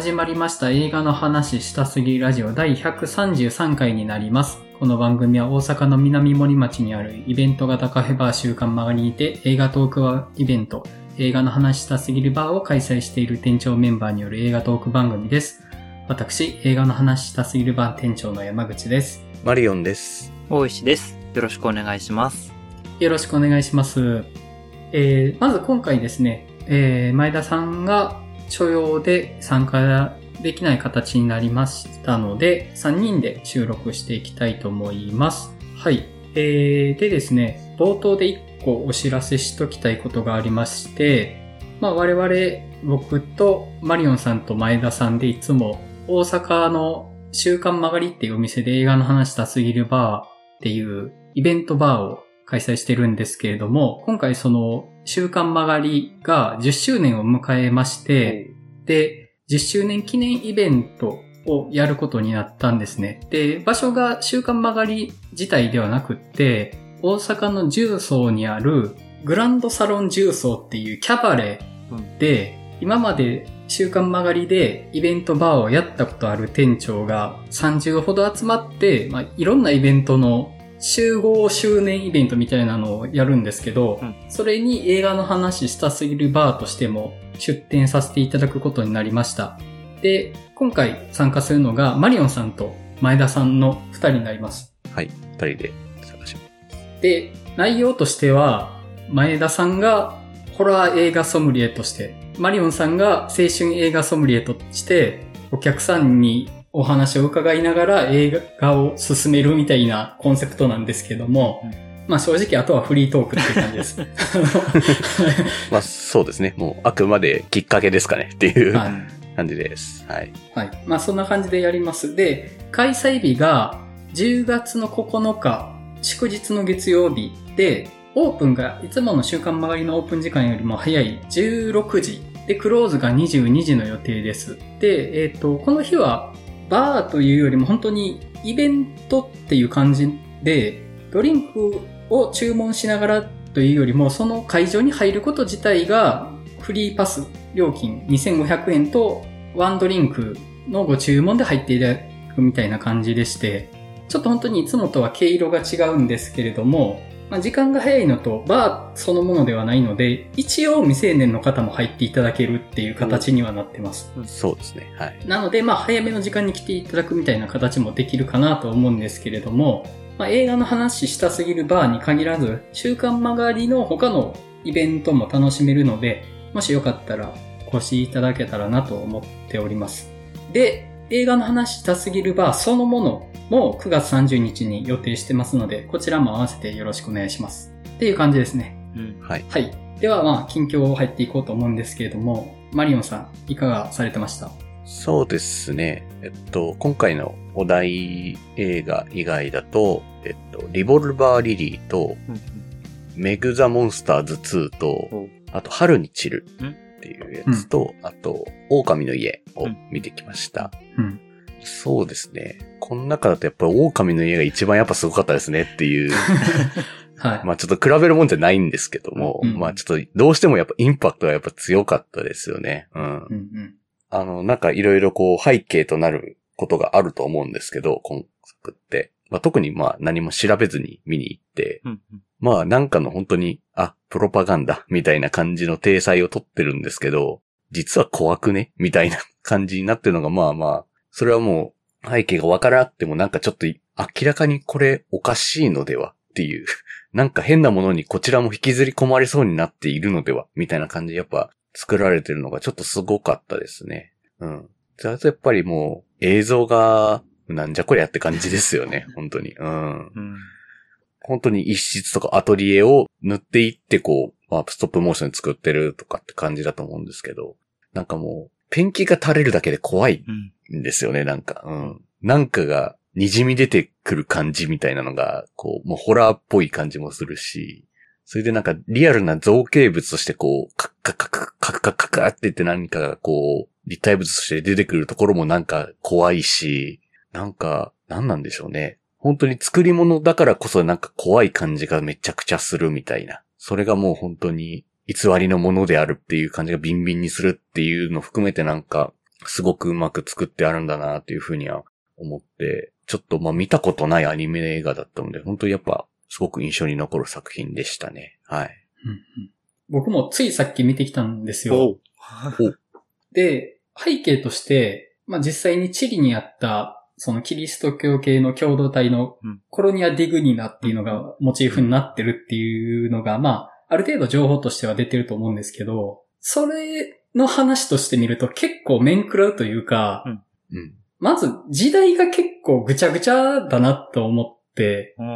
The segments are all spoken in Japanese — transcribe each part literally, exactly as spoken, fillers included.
始まりました映画の話したすぎラジオだいひゃくさんじゅうさんかいになります。この番組は大阪の南森町にあるイベント型カフェバー週刊曲がりにて映画トークイベント映画の話したすぎるバーを開催している店長メンバーによる映画トーク番組です。私、映画の話したすぎるバー店長の山口です。 マリオンです。 大石です。よろしくお願いします。 よろしくお願いします。えー、まず今回ですね、えー、前田さんが所要で参加できない形になりましたので、さんにんで収録していきたいと思います。はい。えー、でですね、冒頭でいっこお知らせしときたいことがありまして、まあ我々、僕とマリオンさんと前田さんでいつも大阪の週刊曲がりっていうお店で映画の話したすぎるバーっていうイベントバーを開催してるんですけれども、今回その週刊曲がりがじゅっしゅうねんを迎えまして、で、じゅっしゅうねん記念イベントをやることになったんですね。で、場所が週刊曲がり自体ではなくって、大阪の重曹にあるグランドサロン重曹っていうキャバレーで、今まで週刊曲がりでイベントバーをやったことある店長がさんじゅうほど集まって、まあ、いろんなイベントの集合周年イベントみたいなのをやるんですけど、うん、それに映画の話したすぎるバーとしても出展させていただくことになりました。で、今回参加するのがマリオンさんと前田さんのふたりになります。 はい、ふたりで参加します。 で、内容としては前田さんがホラー映画ソムリエとして、マリオンさんが青春映画ソムリエとしてお客さんにお話を伺いながら映画を進めるみたいなコンセプトなんですけども、うん、まあ正直あとはフリートークっていう感じです。 まあそうですね。もうあくまできっかけですかねっていう、はい、感じです。はい。 はい。まあそんな感じでやります。で、開催日がじゅうがつのここのか、祝日の月曜日で、オープンがいつもの週刊曲がりのオープン時間よりも早いじゅうろくじで、クローズがにじゅうにじの予定です。で、えっと、この日はバーというよりも本当にイベントっていう感じで、ドリンクを注文しながらというよりも、その会場に入ること自体がフリーパス料金にせんごひゃくえんとワンドリンクのご注文で入っていただくみたいな感じでして、ちょっと本当にいつもとは毛色が違うんですけれども、まあ、時間が早いのとバーそのものではないので、一応未成年の方も入っていただけるっていう形にはなってます。 うん、そうですね。はい。 なので、まあ早めの時間に来ていただくみたいな形もできるかなと思うんですけれども、まあ、映画の話したすぎるバーに限らず、週刊曲がりの他のイベントも楽しめるので、もしよかったらお越しいただけたらなと思っております。で、映画の話したすぎるバーそのものもくがつさんじゅうにちに予定してますので、こちらも合わせてよろしくお願いします。っていう感じですね。 うん、はい。 はい。ではまあ、近況を入っていこうと思うんですけれども、マリオンさん、いかがされてました？ そうですね。えっと、今回のお題映画以外だと、えっと、リボルバーリリーと、うん、メグ・ザ・モンスターズツーと、うん、あと、春に散るっていうやつと、うん、あと、狼の家を見てきました。うんうんそうですね。この中だとやっぱり狼の家が一番やっぱすごかったですねっていう。はい。まあちょっと比べるもんじゃないんですけども、うん、まあちょっとどうしてもやっぱインパクトはやっぱ強かったですよね。うん。うんうん、あの、なんかいろいろこう背景となることがあると思うんですけど、今作って。まあ特にまあ何も調べずに見に行って、うんうん、まあなんかの本当に、あ、プロパガンダみたいな感じの体裁を取ってるんですけど、実は怖くねみたいな感じになってるのがまあまあ、それはもう背景がわからなくてもなんかちょっと明らかにこれおかしいのではっていうなんか変なものにこちらも引きずり込まれそうになっているのではみたいな感じでやっぱ作られてるのがちょっとすごかったですね。うん。あとやっぱりもう映像がなんじゃこりゃって感じですよね。本当に。うん。うん、本当に一室とかアトリエを塗っていってこう、まあ、ストップモーションで作ってるとかって感じだと思うんですけど、なんかもうペンキが垂れるだけで怖い。うんですよね、なんか、うん。なんかが滲み出てくる感じみたいなのが、こう、もうホラーっぽい感じもするし、それでなんかリアルな造形物としてこう、カッカッカッカッカッカッカッカッって言って何かがこう、立体物として出てくるところもなんか怖いし、なんか、なんなんでしょうね。本当に作り物だからこそなんか怖い感じがめちゃくちゃするみたいな。それがもう本当に偽りのものであるっていう感じがビンビンにするっていうのを含めてなんか、 すごくうまく作ってあるんだなっていうふうには思って、ちょっとまあ見たことないアニメ映画だったので、本当にやっぱすごく印象に残る作品でしたね。はい。 うんうん、僕もついさっき見てきたんですよ。で、背景として、まあ実際にチリにあったそのキリスト教系の共同体のコロニア・ディグニナっていうのがモチーフになってるっていうのが、まあある程度情報としては出てると思うんですけど、それの話として見ると結構面食らうというか、うんうん、まず時代が結構ぐちゃぐちゃだなと思って、うん、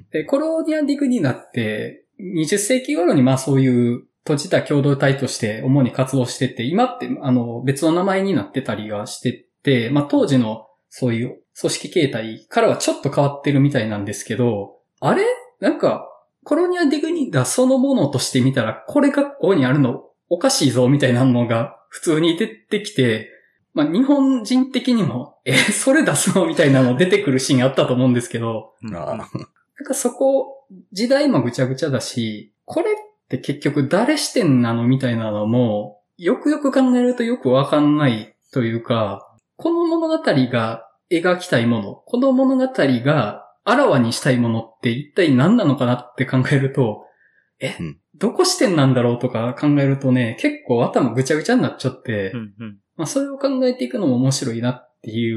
でコロニア・ディグニナってにじゅっ世紀頃にまあそういう閉じた共同体として主に活動してて、今ってあの別の名前になってたりはしてて、まあ当時のそういう組織形態からはちょっと変わってるみたいなんですけど、あれなんかコロニア・ディグニナそのものとして見たらこれがここにあるのおかしいぞみたいなのが普通に出てきて、まあ日本人的にも、え、それ出すのみたいなの出てくるシーンあったと思うんですけど、なんかそこ、時代もぐちゃぐちゃだし、これって結局誰視点なのみたいなのも、よくよく考えるとよくわかんないというか、この物語が描きたいもの、この物語があらわにしたいものって一体何なのかなって考えると、え、うん、どこ視点なんだろうとか考えるとね、結構頭ぐちゃぐちゃになっちゃって、うんうん、まあそれを考えていくのも面白いなっていう、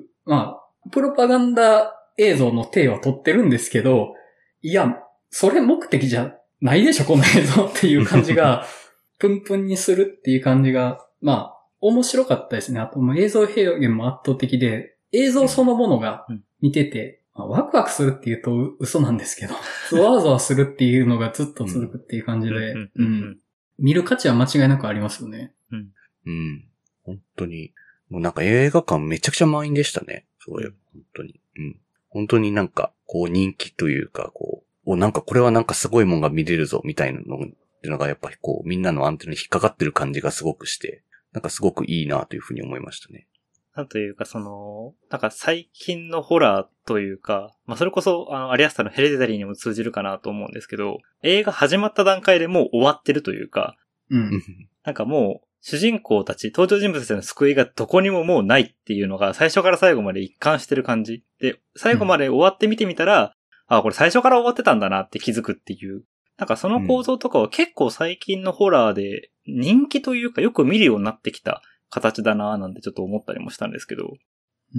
まあ、プロパガンダ映像の体は取ってるんですけど、いや、それ目的じゃないでしょ、この映像っていう感じが、プンプンにするっていう感じが、まあ、面白かったですね。あと、映像表現も圧倒的で、映像そのものが見てて、まあ、ワクワクするって言うと嘘なんですけど、ゾワゾワするっていうのがずっと続くっていう感じで、うん。うん、見る価値は間違いなくありますよね。 うん。うん。本当に。もうなんか映画館めちゃくちゃ満員でしたね。そういう、本当に。うん。本当になんか、こう人気というか、こう、お、なんかこれはなんかすごいもんが見れるぞ、みたいなのっていうのがやっぱりこう、みんなのアンテナに引っかかってる感じがすごくして、なんかすごくいいなというふうに思いましたね。 なんというか、その、なんか最近のホラーというか、まあそれこそ、あの、アリアスターのヘレディタリーにも通じるかなと思うんですけど、映画始まった段階でもう終わってるというか、うん。なんかもう、主人公たち、登場人物たちの救いがどこにももうないっていうのが最初から最後まで一貫してる感じ。で、最後まで終わって見てみたら、うん、あ、これ最初から終わってたんだなって気づくっていう。なんかその構造とかは結構最近のホラーで人気というかよく見るようになってきた形だなぁなんてちょっと思ったりもしたんですけど。 うん。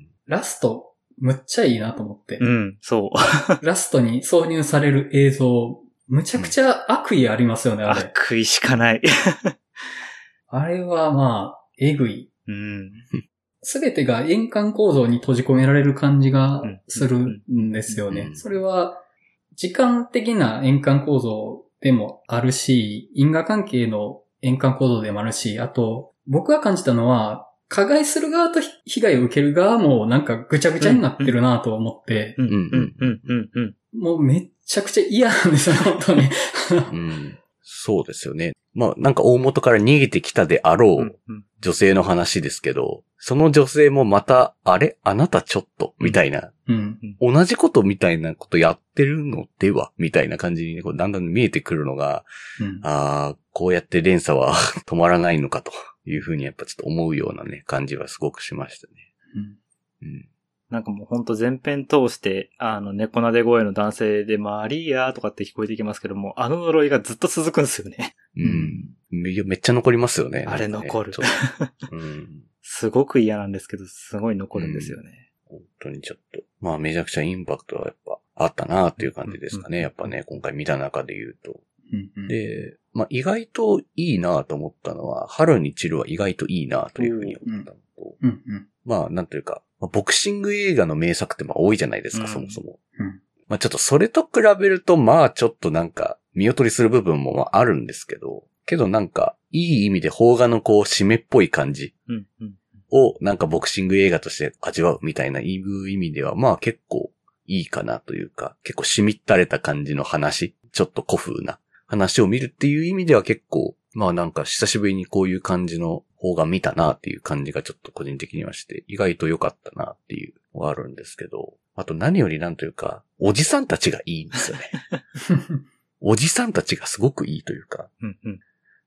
ラスト、むっちゃいいなと思って。 うん、そう。 ラストに挿入される映像、むちゃくちゃ悪意ありますよね、うん、あれ。 悪意しかない。 あれはまあ、えぐい。うん。すべてが円環構造に閉じ込められる感じがするんですよね。うんうん、それは、時間的な円環構造でもあるし、因果関係の円環構造でもあるし、あと、僕が感じたのは、加害する側と被害を受ける側もなんかぐちゃぐちゃになってるなと思って、もうめっちゃくちゃ嫌なんですよ、本当に、 うん。そうですよね。まあなんか大元から逃げてきたであろう女性の話ですけど、その女性もまた、あれあなたちょっとみたいな、うんうん、同じことみたいなことやってるのではみたいな感じに、ね、こうだんだん見えてくるのが、うん、ああ、こうやって連鎖は止まらないのかというふうにやっぱちょっと思うようなね、感じはすごくしましたね。 うんうん、なんかもうほんと全編通して、あの、猫なで声の男性でマリーヤーとかって聞こえてきますけども、あの呪いがずっと続くんですよね。 うん。めっちゃ残りますよね。 あれ残る。うん、すごく嫌なんですけど、すごい残るんですよね。 うん、本当にちょっと。まあめちゃくちゃインパクトはやっぱあったなっていう感じですかね。うん、やっぱね、今回見た中で言うと。うんうん、で、まあ意外といいなと思ったのは、春に散るは意外といいなというふうに思ったのと、うんうんうん、まあなんというか、ボクシング映画の名作ってまあ多いじゃないですか、うん、そもそも。うん、まあちょっとそれと比べると、まあちょっとなんか見劣りする部分もあるんですけど、けどなんか、いい意味で邦画のこう、締めっぽい感じをなんかボクシング映画として味わうみたいないう意味では、まあ結構いいかなというか、結構しみったれた感じの話、ちょっと古風な話を見るっていう意味では結構、まあなんか久しぶりにこういう感じの邦画見たなっていう感じがちょっと個人的にはして、意外と良かったなっていうのがあるんですけど、あと何よりなんというか、おじさんたちがいいんですよね。おじさんたちがすごくいいというか、うんうん、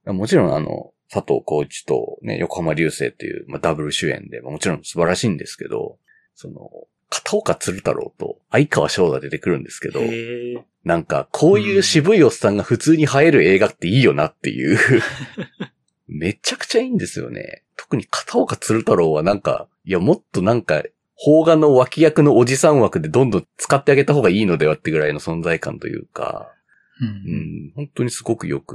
もちろんあの、佐藤浩市とね、横浜流星っていう、まあ、ダブル主演で、まあ、もちろん素晴らしいんですけど、その、片岡鶴太郎と相川翔が出てくるんですけど、なんか、こういう渋いおっさんが普通に映える映画っていいよなっていう。めちゃくちゃいいんですよね。特に片岡鶴太郎はなんか、いや、もっとなんか、邦画の脇役のおじさん枠でどんどん使ってあげた方がいいのではってぐらいの存在感というか、うん、うん、本当にすごくよくって、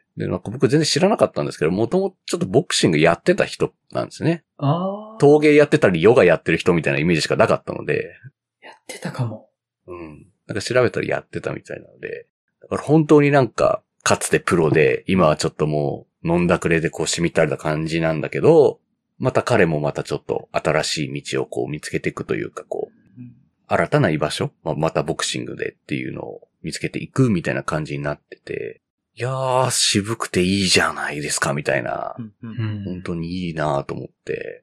で、なんか僕全然知らなかったんですけど、もともとちょっとボクシングやってた人なんですね。ああ。陶芸やってたりヨガやってる人みたいなイメージしかなかったので。 やってたかも。 うん。なんか調べたらやってたみたいなので。だから本当になんか、かつてプロで、今はちょっともう飲んだくれでこう染みったれた感じなんだけど、また彼もまたちょっと新しい道をこう見つけていくというかこう、うん、新たな居場所、まあ、またボクシングでっていうのを見つけていくみたいな感じになってて、いやー、渋くていいじゃないですかみたいな、うんうん、本当にいいなと思って、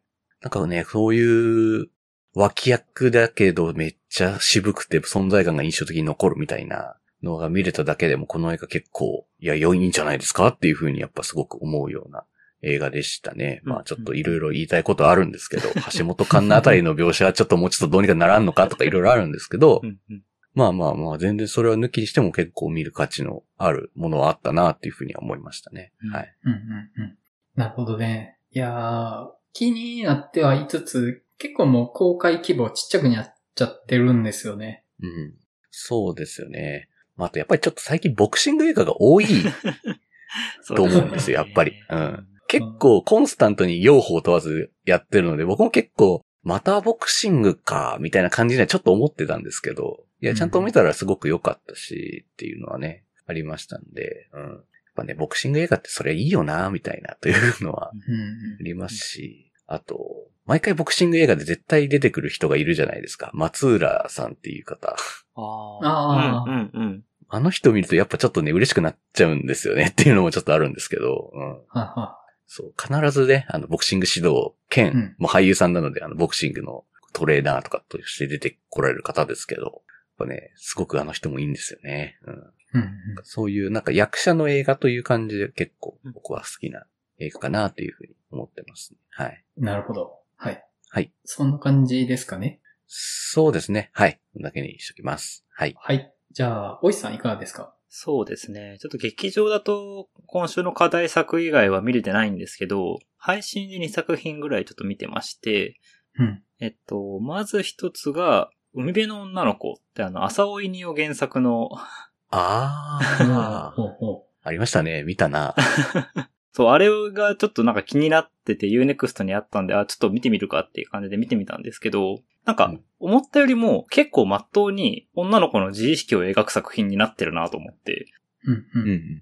なんかね、そういう脇役だけどめっちゃ渋くて存在感が印象的に残るみたいなのが見れただけでもこの映画結構、いや、良いんじゃないですかっていう風にやっぱすごく思うような映画でしたね。まあちょっといろいろ言いたいことあるんですけど、橋本環奈あたりの描写はちょっともうちょっとどうにかならんのかとかいろいろあるんですけど、まあまあまあ全然それは抜きにしても結構見る価値のあるものはあったなっていうふうには思いましたね。はい。 うんうんうん。なるほどね。いやー、気になってはいつつ、結構もう公開規模ちっちゃくなっちゃってるんですよね。 うん。そうですよね。まあ、あとやっぱりちょっと最近ボクシング映画が多いと思うんですよ、やっぱり。うん。結構コンスタントに用法問わずやってるので、僕も結構、またボクシングか、みたいな感じにはちょっと思ってたんですけど、いや、ちゃんと見たらすごく良かったし、っていうのはね、ありましたんで、うん。やっぱね、ボクシング映画ってそれいいよな、みたいな、というのは、ありますし、あと、毎回ボクシング映画で絶対出てくる人がいるじゃないですか。松浦さんっていう方。 ああ。うんうんうん。 あの人見るとやっぱちょっとね、嬉しくなっちゃうんですよねっていうのもちょっとあるんですけど、うん。ははそう、必ずね、あの、ボクシング指導兼、うん、もう俳優さんなので、あの、ボクシングのトレーナーとかとして出てこられる方ですけど、やっぱね、すごくあの人もいいんですよね。うん。うんうん、そういうなんか役者の映画という感じで結構僕は好きな映画かなというふうに思ってますね。はい。 なるほど。はい。 はい。 そんな感じですかね。 そうですね。はい。こんだけにしときます。はい。 はい。じゃあ、おいさんいかがですか？ そうですね。ちょっと劇場だと今週の課題作以外は見れてないんですけど、配信でにさく品ぐらいちょっと見てまして、うん、えっと、まず一つが、海辺の女の子ってあの、浅尾稲夫原作の、 ああ、ありましたね。見たな。 そう、あれがちょっとなんか気になってて ユーネクスト にあったんで、あ、ちょっと見てみるかっていう感じで見てみたんですけど、なんか、思ったよりも結構真っ当に女の子の自意識を描く作品になってるなと思って。うんうん、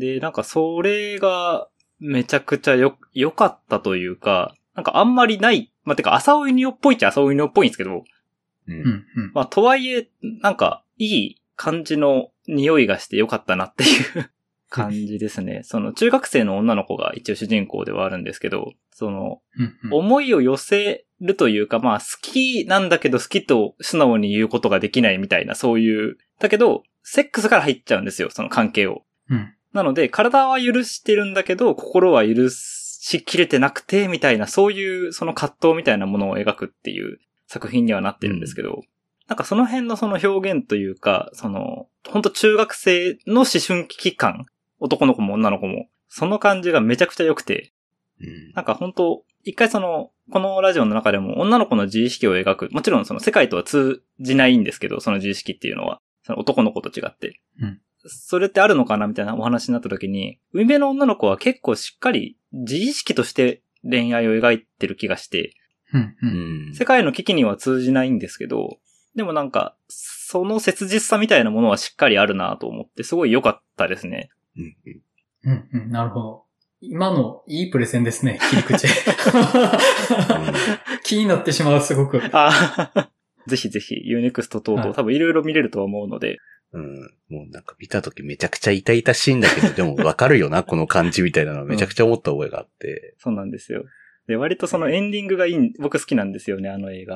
で、なんかそれがめちゃくちゃよ、良かったというか、なんかあんまりない、まあ、てか浅尾稲夫っぽいっちゃ浅尾稲夫っぽいんですけど、うんうん、まあ、とはいえ、なんかいい感じの匂いがして良かったなっていう感じですね。その中学生の女の子が一応主人公ではあるんですけど、その、思いを寄せるというか、まあ好きなんだけど好きと素直に言うことができないみたいな、そういう、だけど、セックスから入っちゃうんですよ、その関係を。うん、なので、体は許してるんだけど、心は許しきれてなくて、みたいな、そういうその葛藤みたいなものを描くっていう作品にはなってるんですけど、うん、なんかその辺のその表現というか、その、本当中学生の思春期間、男の子も女の子も、その感じがめちゃくちゃ良くて、うん、なんか本当一回その、このラジオの中でも女の子の自意識を描く、もちろんその世界とは通じないんですけど、その自意識っていうのは、その男の子と違って。うん、それってあるのかなみたいなお話になった時に、海辺の女の子は結構しっかり自意識として恋愛を描いてる気がして、うんうん、世界の危機には通じないんですけど、でもなんか、その切実さみたいなものはしっかりあるなと思って、すごい良かったですね。 うんうん。うんうん、なるほど。今のいいプレゼンですね、切り口。気になってしまう、すごく。 あぜひぜひ、ユーネクスト 等々、多分いろいろ見れるとは思うので。 うん。もうなんか見たときめちゃくちゃ痛々しいんだけど、でもわかるよな、この感じみたいなのめちゃくちゃ思った覚えがあって、 うん。そうなんですよ。で、割とそのエンディングがいい、僕好きなんですよね、あの映画。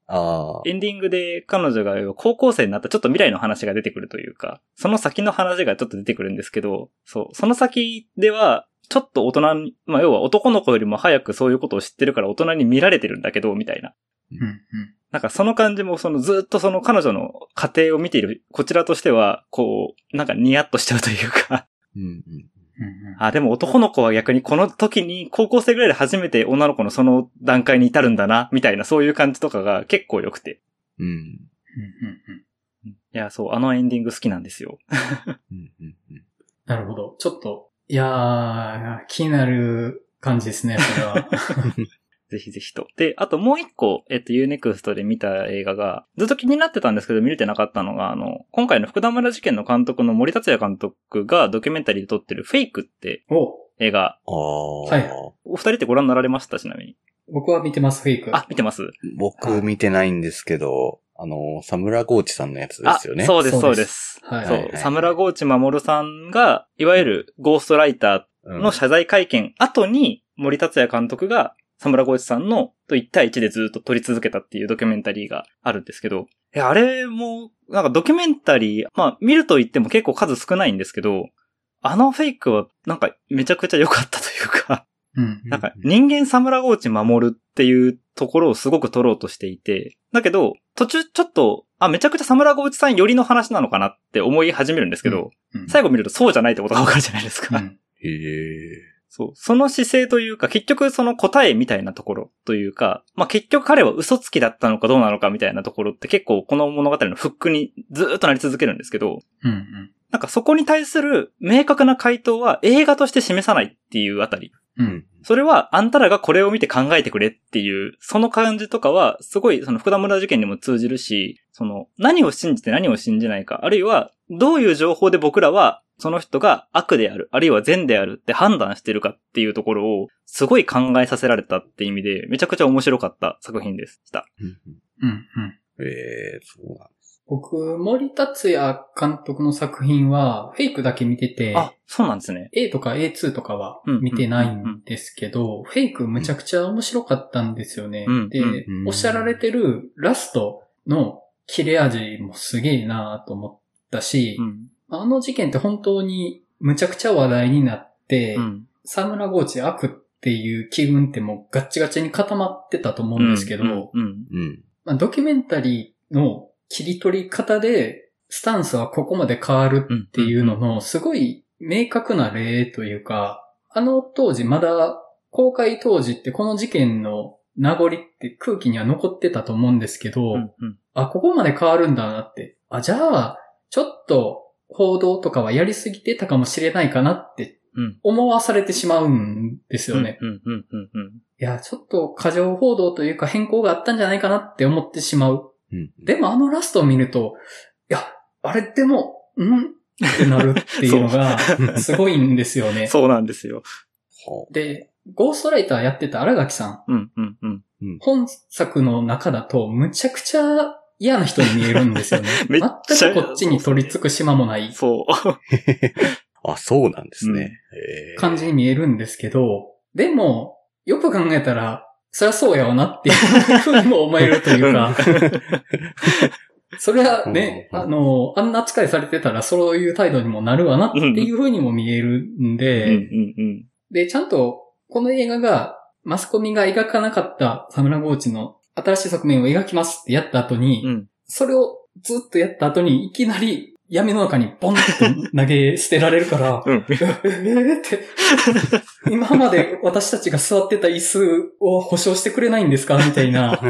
あエンディングで彼女が高校生になったちょっと未来の話が出てくるというか、その先の話がちょっと出てくるんですけど、そう、その先では、ちょっと大人に、まあ要は男の子よりも早くそういうことを知ってるから大人に見られてるんだけど、みたいな。 うんうん。 なんかその感じもそのずっとその彼女の過程を見ているこちらとしては、こう、なんかニヤッとしちゃうというか。 うんうん。 あ、でも男の子は逆にこの時に高校生ぐらいで初めて女の子のその段階に至るんだな、みたいなそういう感じとかが結構良くて。 うん。うんいや、そう、あのエンディング好きなんですよ。 うんうんうん、 なるほど。ちょっと、いやー、気になる感じですね、それは。 ぜひぜひと。で、あともう一個、えっと、ユーネクストで見た映画が、ずっと気になってたんですけど見れてなかったのが、あの、今回の福田村事件の監督の森達也監督がドキュメンタリーで撮ってるフェイクって映画。 ああ。 はい。 お二人ってご覧になられました？ちなみに。 僕は見てます、フェイク。 あ、見てます？ 僕見てないんですけど、あの、サムラゴーチさんのやつですよね。 あ、そうです、そうです。 はい。 そう、サムラゴーチ守さんが、いわゆるゴーストライターの謝罪会見後に、森達也監督が、サムラゴーチさんのといち対いちでずっと撮り続けたっていうドキュメンタリーがあるんですけど、いや、あれも、なんかドキュメンタリー、まあ見ると言っても結構数少ないんですけど、あのフェイクはなんかめちゃくちゃ良かったというか、 うん、 なんか人間サムラゴーチ守るっていうところをすごく撮ろうとしていて、だけど途中ちょっと、あ、めちゃくちゃサムラゴーチさん寄りの話なのかなって思い始めるんですけど、うんうん、最後見るとそうじゃないってことがわかるじゃないですか。うん、 へー。 そう。その姿勢というか、結局その答えみたいなところというか、まあ、結局彼は嘘つきだったのかどうなのかみたいなところって結構この物語のフックにずーっとなり続けるんですけど、 うんうん、 なんかそこに対する明確な回答は映画として示さないっていうあたり。 うん、 それはあんたらがこれを見て考えてくれっていう、その感じとかはすごいその福田村事件にも通じるし、その何を信じて何を信じないか、あるいはどういう情報で僕らはその人が悪である、あるいは善であるって判断してるかっていうところをすごい考えさせられたって意味でめちゃくちゃ面白かった作品でした。 うんうん。 えー、そうなんです。 僕、森達也監督の作品はフェイクだけ見てて、 あ、そうなんですね。 A とか エーツー とかは見てないんですけど、フェイクむちゃくちゃ面白かったんですよね。うん、で、うん、おっしゃられてるラストの切れ味もすげえなと思ったし、うんあの事件って本当にむちゃくちゃ話題になって、うん、サムラゴーチ悪っていう気分ってもうガッチガチに固まってたと思うんですけど、 うんうんうんまあ、ドキュメンタリーの切り取り方でスタンスはここまで変わるっていうののすごい明確な例というか、あの当時まだ公開当時ってこの事件の名残って空気には残ってたと思うんですけど、 うんうん、 あ、ここまで変わるんだなって。あ、じゃあ、ちょっと報道とかはやりすぎてたかもしれないかなって思わされてしまうんですよね。いや、ちょっと過剰報道というか変更があったんじゃないかなって思ってしまう。 うん、 でもあのラストを見ると、いや、あれでも、んってなるっていうのがすごいんですよね。 そうなんですよ。 で、ゴーストライターやってた新垣さん。うんうんうんうん、 本作の中だとむちゃくちゃ嫌な人に見えるんですよね。全くこっちに取り付く島もない。 そう。 あ、そうなんですね、 うん。感じに見えるんですけど、でも、よく考えたら、そりゃそうやわなっていうふうにも思えるというか、それはね、あの、あんな扱いされてたらそういう態度にもなるわなっていうふうにも見えるんで、で、ちゃんとこの映画がマスコミが描かなかったサムラゴーチの新しい側面を描きますってやった後に、うん、それをずっとやった後にいきなり闇の中にボンと投げ捨てられるから、うん、えーって、今まで私たちが座ってた椅子を保証してくれないんですかみたいな。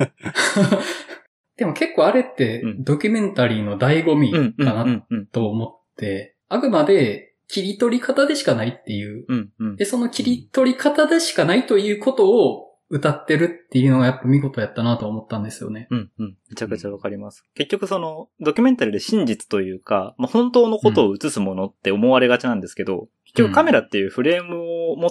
でも結構あれってドキュメンタリーの醍醐味かなと思って、あくまで切り取り方でしかないっていう、 うんうん、 で、その切り取り方でしかないということを歌ってるっていうのがやっぱ見事やったなと思ったんですよね。 うんうん。めちゃくちゃわかります。うん、結局その、ドキュメンタリーで真実というか、まあ、本当のことを映すものって思われがちなんですけど、うん、結局カメラっていうフレームを持って、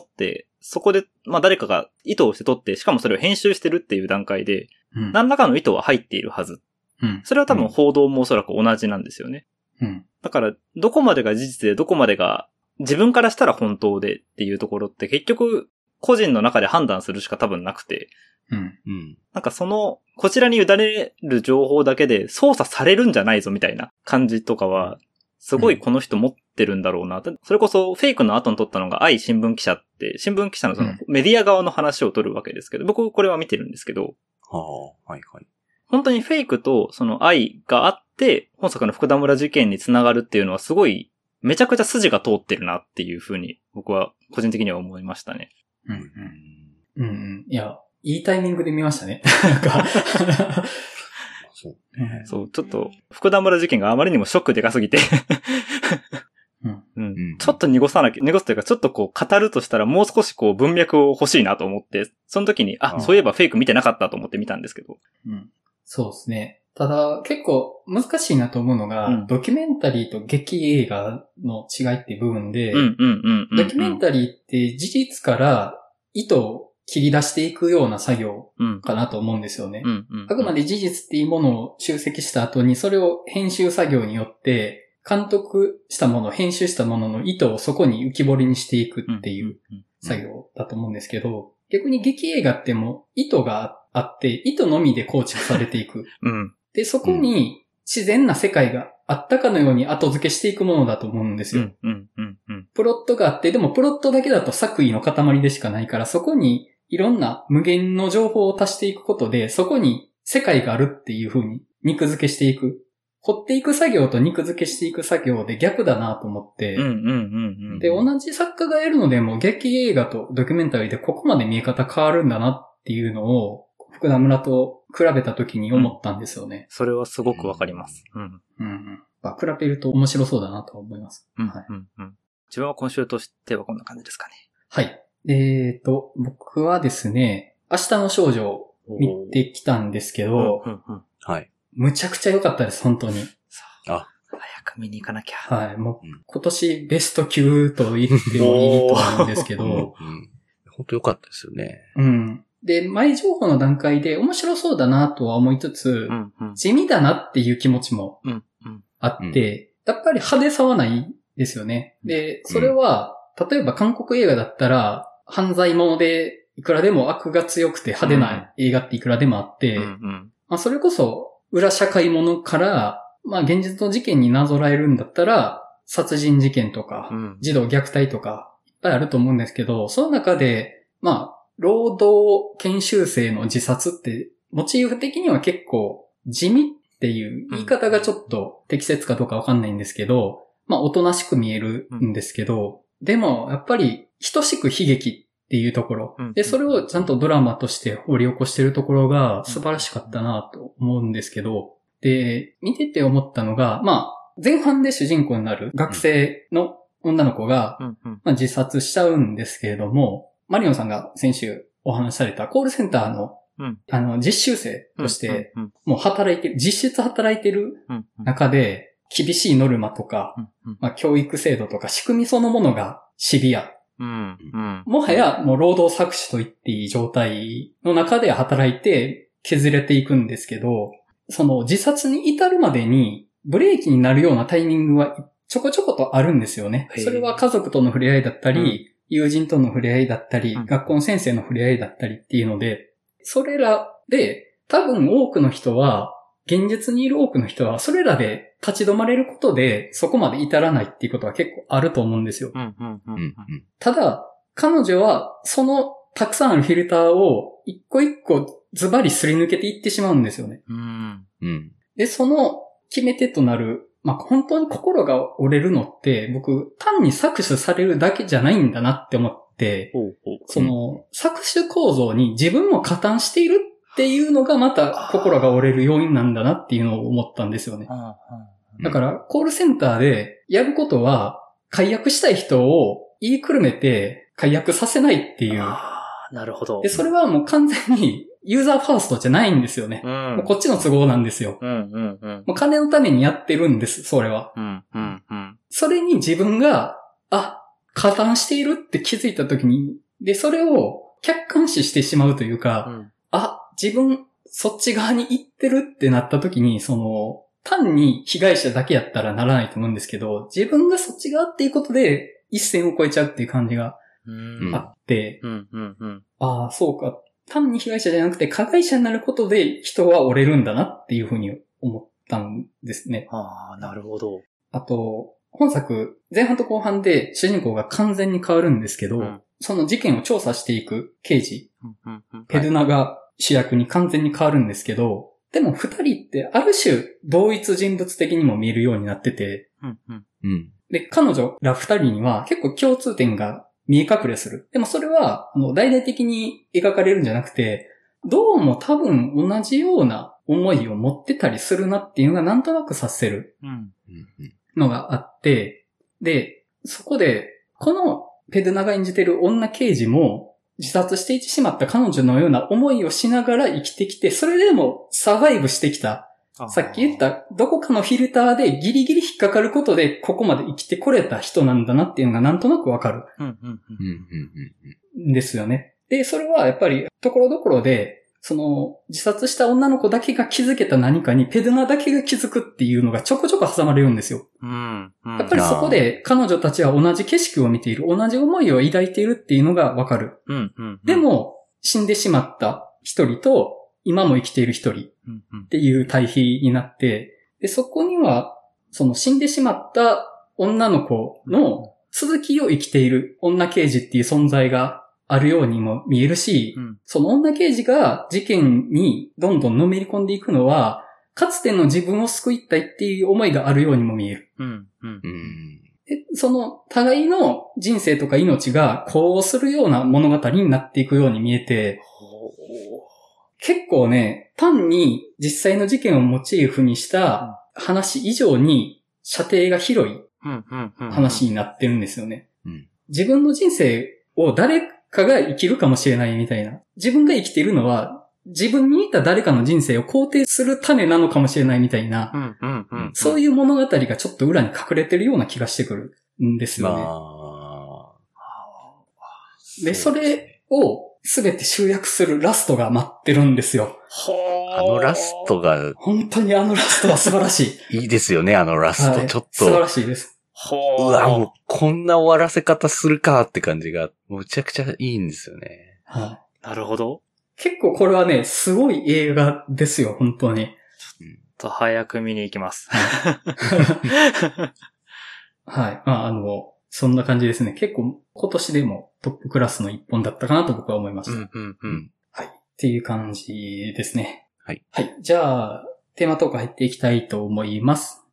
そこで、まあ誰かが意図をして撮って、しかもそれを編集してるっていう段階で、うん、何らかの意図は入っているはず。 うん、 それは多分報道もおそらく同じなんですよね。 うん、 だから、どこまでが事実でどこまでが自分からしたら本当でっていうところって結局、個人の中で判断するしか多分なくて、 うん。 うん。 なんかその、こちらに委ねる情報だけで操作されるんじゃないぞみたいな感じとかは、すごいこの人持ってるんだろうな。うん、それこそフェイクの後に撮ったのが愛新聞記者って、新聞記者のそのメディア側の話を撮るわけですけど、僕これは見てるんですけど、 はあ、はいはい。 本当にフェイクとその愛があって、本作の福田村事件につながるっていうのはすごい、めちゃくちゃ筋が通ってるなっていうふうに僕は個人的には思いましたね。 うんうん。うんうん。いや、いいタイミングで見ましたね。なんかそう、 そう、ちょっと、福田村事件があまりにもショックでかすぎてうんうん、ちょっと濁さなきゃ、濁すというか、ちょっとこう語るとしたらもう少しこう文脈を欲しいなと思って、その時に、あ、そういえばフェイク見てなかったと思って見たんですけど。 うん、そうですね。ただ、結構難しいなと思うのが、うん、ドキュメンタリーと劇映画の違いっていう部分で、ドキュメンタリーって事実から意図を切り出していくような作業かなと思うんですよね。あくまで事実っていうものを集積した後に、それを編集作業によって、監督したもの、編集したものの意図をそこに浮き彫りにしていくっていう作業だと思うんですけど、逆に劇映画っても意図があって、意図のみで構築されていく。 うん、 で、そこに自然な世界があったかのように後付けしていくものだと思うんですよ。 うんうんうん、 プロットがあって、でもプロットだけだと作為の塊でしかないから、そこにいろんな無限の情報を足していくことで、そこに世界があるっていう風に肉付けしていく。掘っていく作業と肉付けしていく作業で逆だなと思って、 うんうんうんうん、 で、同じ作家がやるのでも劇映画とドキュメンタリーでここまで見え方変わるんだなっていうのを福田村と比べた時に思ったんですよね。うん、 それはすごくわかります。うん。 うんうん。まあ、比べると面白そうだなと思います。 うんうんうん。自分は今週としてはこんな感じですかね。 はい。えーと、僕はですね、明日の少女を見てきたんですけど、 うんうんうん、 はい。 むちゃくちゃ良かったです、本当に。 あ、 早く見に行かなきゃ。 はい。もう、今年ベストきゅうと言ってもいいと思うんですけど。うんうん、 本当良かったですよね。 うん。で、前情報の段階で面白そうだなとは思いつつ、 うんうん、 地味だなっていう気持ちもあって、うんうん、やっぱり派手さはないですよね。で、それは、例えば韓国映画だったら、犯罪者でいくらでも悪が強くて派手な映画っていくらでもあって、 うんうんまあ、それこそ裏社会ものから、まあ現実の事件になぞらえるんだったら、殺人事件とか、児童虐待とか、いっぱいあると思うんですけど、その中で、まあ、労働研修生の自殺って、モチーフ的には結構地味っていう言い方がちょっと適切かどうかわかんないんですけど、まあおとなしく見えるんですけど、でもやっぱり等しく悲劇っていうところ、で、それをちゃんとドラマとして掘り起こしてるところが素晴らしかったなと思うんですけど、で、見てて思ったのが、まあ、前半で主人公になる学生の女の子が、まあ、自殺しちゃうんですけれども、マリオンさんが先週お話しされたコールセンターの、あの、実習生として、もう働いてる、実質働いてる中で、厳しいノルマとか、まあ、教育制度とか仕組みそのものがシビア。 うんうん、 もはやもう労働搾取と言っていい状態の中で働いて削れていくんですけど、その自殺に至るまでにブレーキになるようなタイミングはちょこちょことあるんですよね。それは家族との触れ合いだったり、うん、友人との触れ合いだったり、うん、学校の先生の触れ合いだったりっていうので、それらで多分多くの人は、現実にいる多くの人はそれらで立ち止まれることでそこまで至らないっていうことは結構あると思うんですよ。 うんうんうんうん、 ただ、彼女はそのたくさんあるフィルターを一個一個ズバリすり抜けていってしまうんですよね。 うんうん、 で、その決め手となる、まあ、本当に心が折れるのって、僕、単に搾取されるだけじゃないんだなって思って、 ほうほうその、搾取構造に自分も加担しているっていうのがまた心が折れる要因なんだなっていうのを思ったんですよね。だから、コールセンターでやることは、解約したい人を言いくるめて解約させないっていう。 ああ、なるほど。 で、それはもう完全にユーザーファーストじゃないんですよね。 うん、 もうこっちの都合なんですよ。 うんうんうん、 もう金のためにやってるんです、それは。 うんうんうん、 それに自分が、あ、加担しているって気づいたときに、で、それを客観視してしまうというか、 うん、 あ、自分そっち側に行ってるってなったときに、その、単に被害者だけやったらならないと思うんですけど、自分がそっち側っていうことで一線を越えちゃうっていう感じがあって、 うんうんうんうん、 ああ、そうか。 単に被害者じゃなくて加害者になることで人は折れるんだなっていうふうに思ったんですね。 ああ、なるほど。 あと、本作、前半と後半で主人公が完全に変わるんですけど、うん、その事件を調査していく刑事、うんうんうん、ペドゥナが主役に完全に変わるんですけど、でも二人ってある種同一人物的にも見えるようになってて、うんうんうん、で、彼女ら二人には結構共通点が見え隠れする。でもそれは、あの、大々的に描かれるんじゃなくて、どうも多分同じような思いを持ってたりするなっていうのがなんとなく察せるのがあって、で、そこで、このペドゥナが演じてる女刑事も自殺していってしまった彼女のような思いをしながら生きてきて、それでもサバイブしてきた。さっき言ったどこかのフィルターでギリギリ引っかかることでここまで生きてこれた人なんだなっていうのがなんとなくわかる。んですよね。で、それはやっぱりところどころで、その自殺した女の子だけが気づけた何かにペドゥナだけが気づくっていうのがちょこちょこ挟まれるんですよ。うんうん、やっぱりそこで彼女たちは同じ景色を見ている、同じ思いを抱いているっていうのがわかる。うんうんうん、でも死んでしまった一人と今も生きている一人っていう対比になって、で、そこにはその死んでしまった女の子の続きを生きている女刑事っていう存在があるようにも見えるし、うん、その女刑事が事件にどんどんのめり込んでいくのは、かつての自分を救いたいっていう思いがあるようにも見える。うんうん、でその互いの人生とか命が呼応するような物語になっていくように見えて、結構ね、単に実際の事件をモチーフにした話以上に射程が広い話になってるんですよね。自分の人生を誰かが生きるかもしれないみたいな。自分が生きているのは自分にいた誰かの人生を肯定する種なのかもしれないみたいな、うんうんうんうん、そういう物語がちょっと裏に隠れてるような気がしてくるんですよね。まあ、で、それを全て集約するラストが待ってるんですよ。 あのラストが。 本当にあのラストは素晴らしい。いいですよね、あのラスト。はい、ちょっと。 素晴らしいです。 うわ、もうこんな終わらせ方するかって感じが、むちゃくちゃいいんですよね。 はい。なるほど。 結構これはね、すごい映画ですよ、本当に。 ちょっと早く見に行きます。 はい。まあ、あの、そんな感じですね。結構今年でもトップクラスの一本だったかなと僕は思いました。うんうんうん。はい。っていう感じですね。はい。はい。じゃあ、テーマトーク入っていきたいと思います。